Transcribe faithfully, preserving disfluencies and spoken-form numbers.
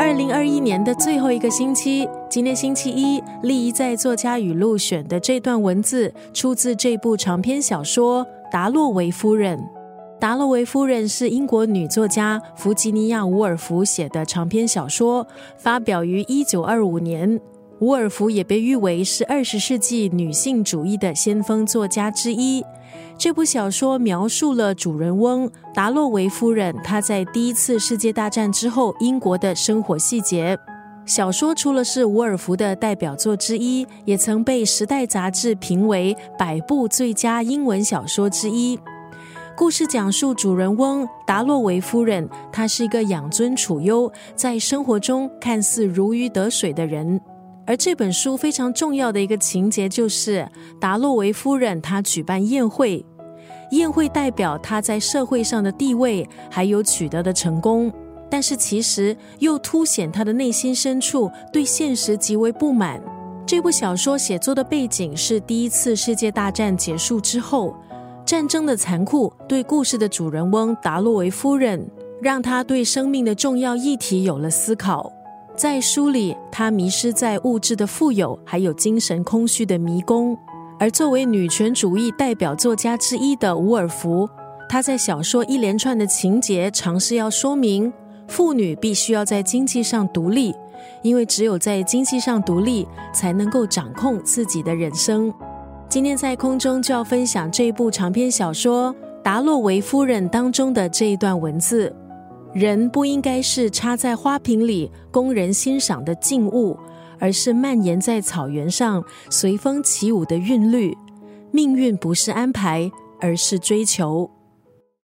二零二一年的最后一个星期，今天星期一，丽姨在作家语录选的这段文字出自这部长篇小说《达洛维夫人》。达洛维夫人是英国女作家弗吉尼亚·伍尔夫写的长篇小说，发表于一九二五年。伍尔夫也被誉为是二十世纪女性主义的先锋作家之一。这部小说描述了主人翁达洛维夫人她在第一次世界大战之后英国的生活细节。小说除了是伍尔夫的代表作之一，也曾被《时代》杂志评为百部最佳英文小说之一。故事讲述主人翁达洛维夫人，她是一个养尊处优，在生活中看似如鱼得水的人。而这本书非常重要的一个情节就是达洛维夫人她举办宴会，宴会代表她在社会上的地位还有取得的成功，但是其实又凸显她的内心深处对现实极为不满。这部小说写作的背景是第一次世界大战结束之后，战争的残酷对故事的主人翁达洛维夫人，让她对生命的重要议题有了思考。在书里，她迷失在物质的富有还有精神空虚的迷宫。而作为女权主义代表作家之一的伍尔夫，她在小说一连串的情节尝试要说明妇女必须要在经济上独立，因为只有在经济上独立才能够掌控自己的人生。今天在空中就要分享这一部长篇小说《达洛维夫人》当中的这一段文字。人不应该是插在花瓶里供人欣赏的静物，而是蔓延在草原上随风起舞的韵律。命运不是安排，而是追求。